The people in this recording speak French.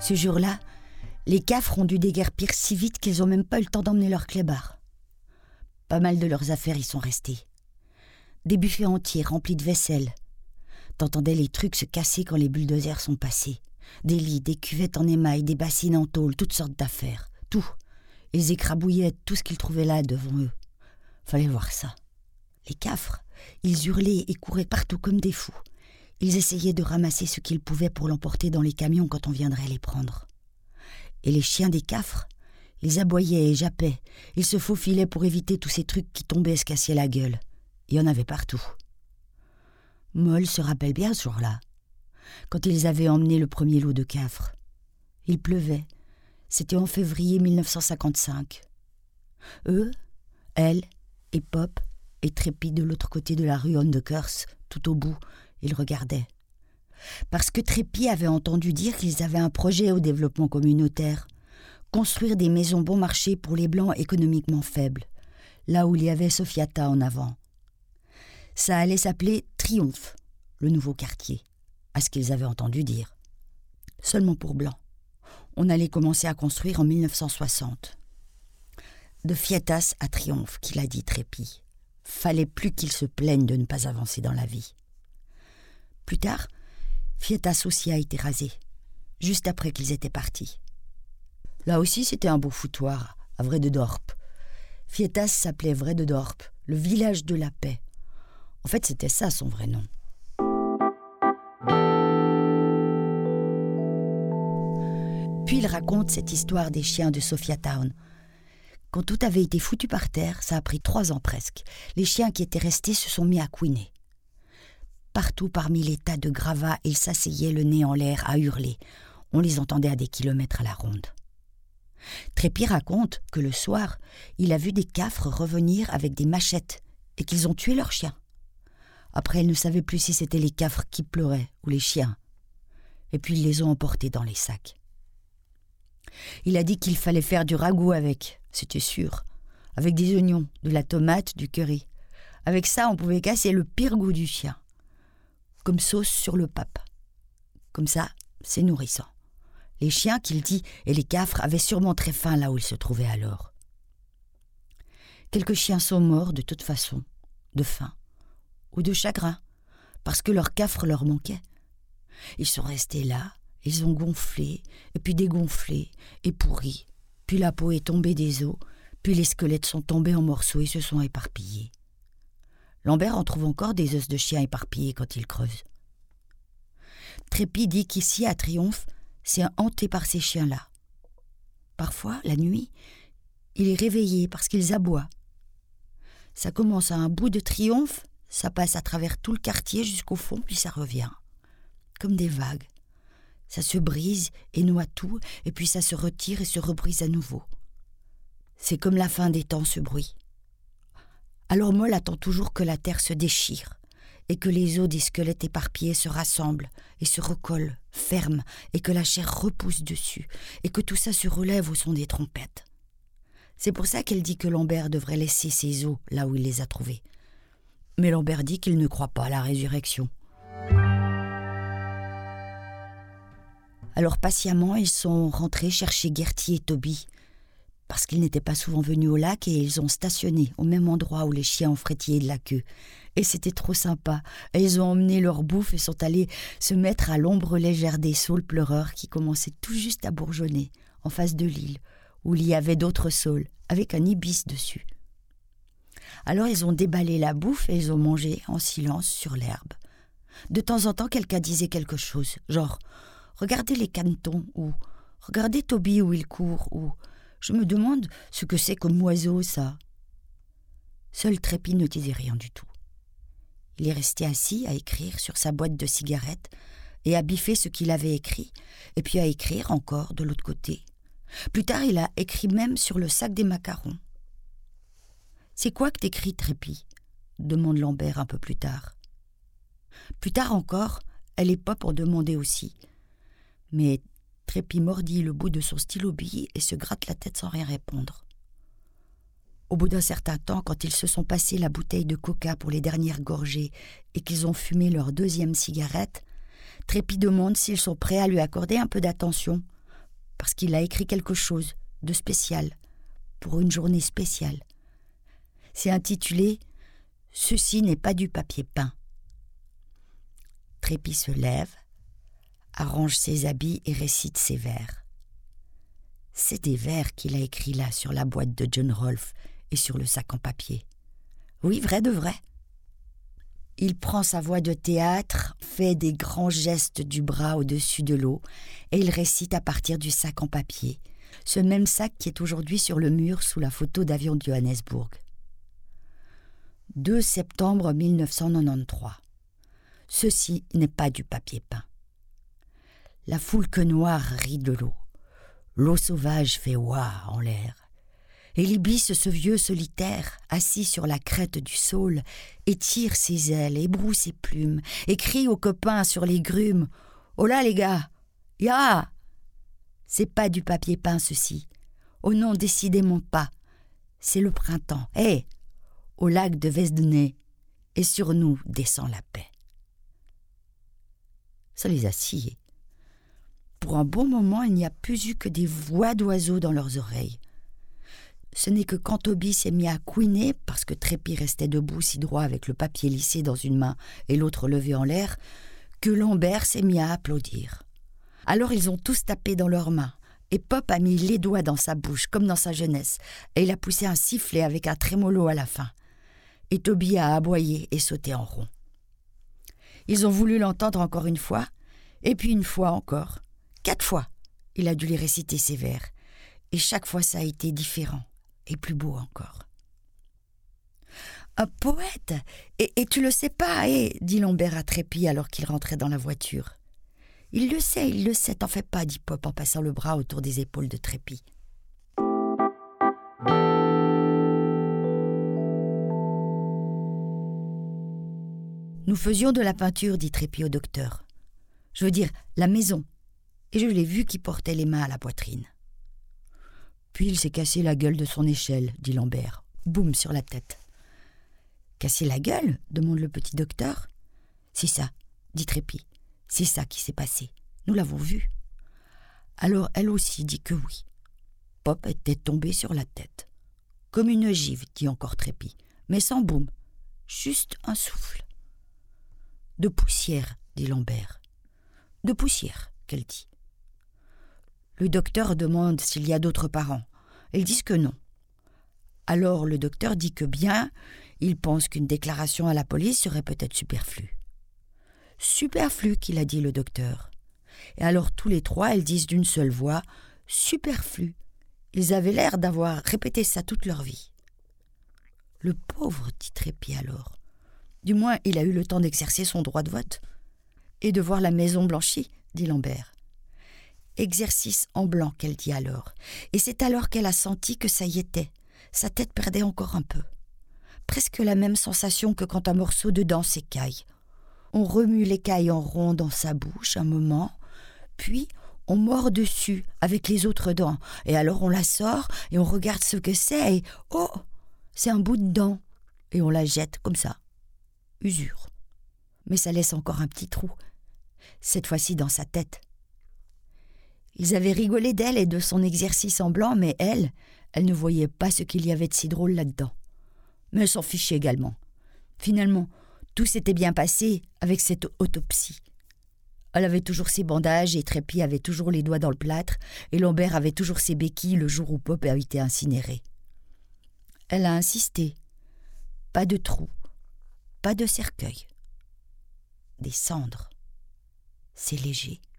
Ce jour-là, les Cafres ont dû déguerpir si vite qu'ils n'ont même pas eu le temps d'emmener leurs clébards. Pas mal de leurs affaires y sont restées. Des buffets entiers remplis de vaisselle. T'entendais les trucs se casser quand les bulldozers sont passés. Des lits, des cuvettes en émail, des bassines en tôle, toutes sortes d'affaires. Tout. Ils écrabouillaient tout ce qu'ils trouvaient là devant eux. Fallait voir ça. Les Cafres, ils hurlaient et couraient partout comme des fous. Ils essayaient de ramasser ce qu'ils pouvaient pour l'emporter dans les camions quand on viendrait les prendre. Et les chiens des Cafres, ils aboyaient et jappaient. Ils se faufilaient pour éviter tous ces trucs qui tombaient et se cassaient la gueule. Il y en avait partout. Moll se rappelle bien ce jour-là, quand ils avaient emmené le premier lot de Cafres. Il pleuvait. C'était en février 1955. Eux, elle et Pop et Trépy de l'autre côté de la rue Hondecoersche, tout au bout, ils regardaient. Parce que Trépy avait entendu dire qu'ils avaient un projet au développement communautaire, construire des maisons bon marché pour les Blancs économiquement faibles, là où il y avait Sophiatown avant. Ça allait s'appeler Triomphe, le nouveau quartier, à ce qu'ils avaient entendu dire. Seulement pour Blancs. On allait commencer à construire en 1960. De Fietas à Triomphe, qu'il a dit Trépy. Fallait plus qu'ils se plaignent de ne pas avancer dans la vie. Plus tard, Fietas aussi a été rasé, juste après qu'ils étaient partis. Là aussi, c'était un beau foutoir, à Vrededorp. Fietas s'appelait Vrededorp, le village de la paix. En fait, c'était ça son vrai nom. Puis il raconte cette histoire des chiens de Sophiatown. Quand tout avait été foutu par terre, ça a pris 3 ans presque. Les chiens qui étaient restés se sont mis à couiner. Partout parmi les tas de gravats, ils s'asseyaient le nez en l'air à hurler. On les entendait à des kilomètres à la ronde. Trépy raconte que le soir, il a vu des Cafres revenir avec des machettes et qu'ils ont tué leurs chiens. Après, il ne savait plus si c'était les Cafres qui pleuraient ou les chiens. Et puis, ils les ont emportés dans les sacs. Il a dit qu'il fallait faire du ragoût avec, c'était sûr. Avec des oignons, de la tomate, du curry. Avec ça, on pouvait casser le pire goût du chien. Comme sauce sur le pape. Comme ça, c'est nourrissant. Les chiens, qu'il dit, et les Cafres avaient sûrement très faim là où ils se trouvaient alors. Quelques chiens sont morts de toute façon, de faim. Ou de chagrin, parce que leur Cafre leur manquait. Ils sont restés là, ils ont gonflé, et puis dégonflé, et pourri. Puis la peau est tombée des os, puis les squelettes sont tombés en morceaux et se sont éparpillés. Lambert en trouve encore des os de chiens éparpillés quand il creuse. Trépy dit qu'ici, à Triomphe, c'est hanté par ces chiens-là. Parfois, la nuit, il est réveillé parce qu'ils aboient. Ça commence à un bout de Triomphe, ça passe à travers tout le quartier jusqu'au fond, puis ça revient. Comme des vagues. Ça se brise et noie tout, et puis ça se retire et se rebrise à nouveau. C'est comme la fin des temps, ce bruit. Alors Moll attend toujours que la terre se déchire, et que les os des squelettes éparpillés se rassemblent, et se recollent, ferment, et que la chair repousse dessus, et que tout ça se relève au son des trompettes. C'est pour ça qu'elle dit que Lambert devrait laisser ses os là où il les a trouvés. Mais Lambert dit qu'il ne croit pas à la résurrection. Alors patiemment, ils sont rentrés chercher Gertie et Toby, parce qu'ils n'étaient pas souvent venus au lac et ils ont stationné au même endroit où les chiens ont frétillé de la queue. Et c'était trop sympa. Et ils ont emmené leur bouffe et sont allés se mettre à l'ombre légère des saules pleureurs qui commençaient tout juste à bourgeonner, en face de l'île, où il y avait d'autres saules, avec un ibis dessus. Alors ils ont déballé la bouffe et ils ont mangé en silence sur l'herbe. De temps en temps, quelqu'un disait quelque chose, genre « Regardez les canetons » ou « Regardez Toby où il court » ou « Je me demande ce que c'est comme oiseau, ça ». Seul Trépy ne disait rien du tout. Il est resté assis à écrire sur sa boîte de cigarettes et à biffer ce qu'il avait écrit, et puis à écrire encore de l'autre côté. Plus tard, il a écrit même sur le sac des macarons. « C'est quoi que t'écris, Trépy ?» demande Lambert un peu plus tard. Plus tard encore, elle et Pop ont demandé aussi. Mais Trépy mordit le bout de son stylo-bille et se gratte la tête sans rien répondre. Au bout d'un certain temps, quand ils se sont passés la bouteille de coca pour les dernières gorgées et qu'ils ont fumé leur 2e cigarette, Trépy demande s'ils sont prêts à lui accorder un peu d'attention, parce qu'il a écrit quelque chose de spécial pour une journée spéciale. C'est intitulé « Ceci n'est pas du papier peint ». Trépy se lève, arrange ses habits et récite ses vers. C'est des vers qu'il a écrits là sur la boîte de John Rolfe et sur le sac en papier. Oui, vrai de vrai. Il prend sa voix de théâtre, fait des grands gestes du bras au-dessus de l'eau et il récite à partir du sac en papier, ce même sac qui est aujourd'hui sur le mur sous la photo d'avion de Johannesburg. 2 septembre 1993. Ceci n'est pas du papier peint. La foule que noire rit de l'eau. L'eau sauvage fait ouah en l'air. Et l'iblis, ce vieux solitaire, assis sur la crête du saule, étire ses ailes, ébroue ses plumes, et crie aux copains sur les grumes « Oh là les gars, ya !» C'est pas du papier peint ceci. Oh non, décidément pas. C'est le printemps. Hé, au lac de Vesdenay, et sur nous descend la paix. Ça les a sciés. Pour un bon moment, il n'y a plus eu que des voix d'oiseaux dans leurs oreilles. Ce n'est que quand Toby s'est mis à couiner, parce que Trépy restait debout si droit avec le papier lissé dans une main et l'autre levé en l'air, que Lambert s'est mis à applaudir. Alors ils ont tous tapé dans leurs mains, et Pop a mis les doigts dans sa bouche, comme dans sa jeunesse, et il a poussé un sifflet avec un trémolo à la fin. Et Toby a aboyé et sauté en rond. Ils ont voulu l'entendre encore une fois, et puis une fois encore. 4 fois, il a dû les réciter ses vers, et chaque fois ça a été différent. Et plus beau encore. « Un poète et tu le sais pas, dit Lambert à Trépy alors qu'il rentrait dans la voiture. « Il le sait, t'en fais pas, dit Pop en passant le bras autour des épaules de Trépy. Nous faisions de la peinture, dit Trépy au docteur. Je veux dire, la maison. Et je l'ai vu qui portait les mains à la poitrine. Puis il s'est cassé la gueule de son échelle, dit Lambert. Boum, sur la tête. Casser la gueule demande le petit docteur. C'est ça, dit Trépy. C'est ça qui s'est passé. Nous l'avons vu. Alors elle aussi dit que oui. Pop était tombé sur la tête. Comme une gifle, dit encore Trépy, mais sans boum. Juste un souffle. De poussière, dit Lambert. De poussière, qu'elle dit. Le docteur demande s'il y a d'autres parents. Ils disent que non. Alors le docteur dit que bien, il pense qu'une déclaration à la police serait peut-être superflue. Superflu, qu'il a dit le docteur. Et alors tous les 3, ils disent d'une seule voix « superflu ». Ils avaient l'air d'avoir répété ça toute leur vie. Le pauvre, dit Trépy alors. Du moins, il a eu le temps d'exercer son droit de vote. Et de voir la maison blanchie, dit Lambert. Exercice en blanc, qu'elle dit alors. Et c'est alors qu'elle a senti que ça y était. Sa tête perdait encore un peu. Presque la même sensation que quand un morceau de dent s'écaille. On remue l'écaille en rond dans sa bouche un moment, puis on mord dessus avec les autres dents. Et alors on la sort et on regarde ce que c'est et « oh, c'est un bout de dent !» Et on la jette comme ça. Usure. Mais ça laisse encore un petit trou. Cette fois-ci dans sa tête. Ils avaient rigolé d'elle et de son exercice en blanc, mais elle ne voyait pas ce qu'il y avait de si drôle là-dedans. Mais elle s'en fichait également. Finalement, tout s'était bien passé avec cette autopsie. Elle avait toujours ses bandages et Trépy avait toujours les doigts dans le plâtre et Lambert avait toujours ses béquilles le jour où Pop a été incinéré. Elle a insisté. Pas de trou, pas de cercueil. Des cendres. C'est léger.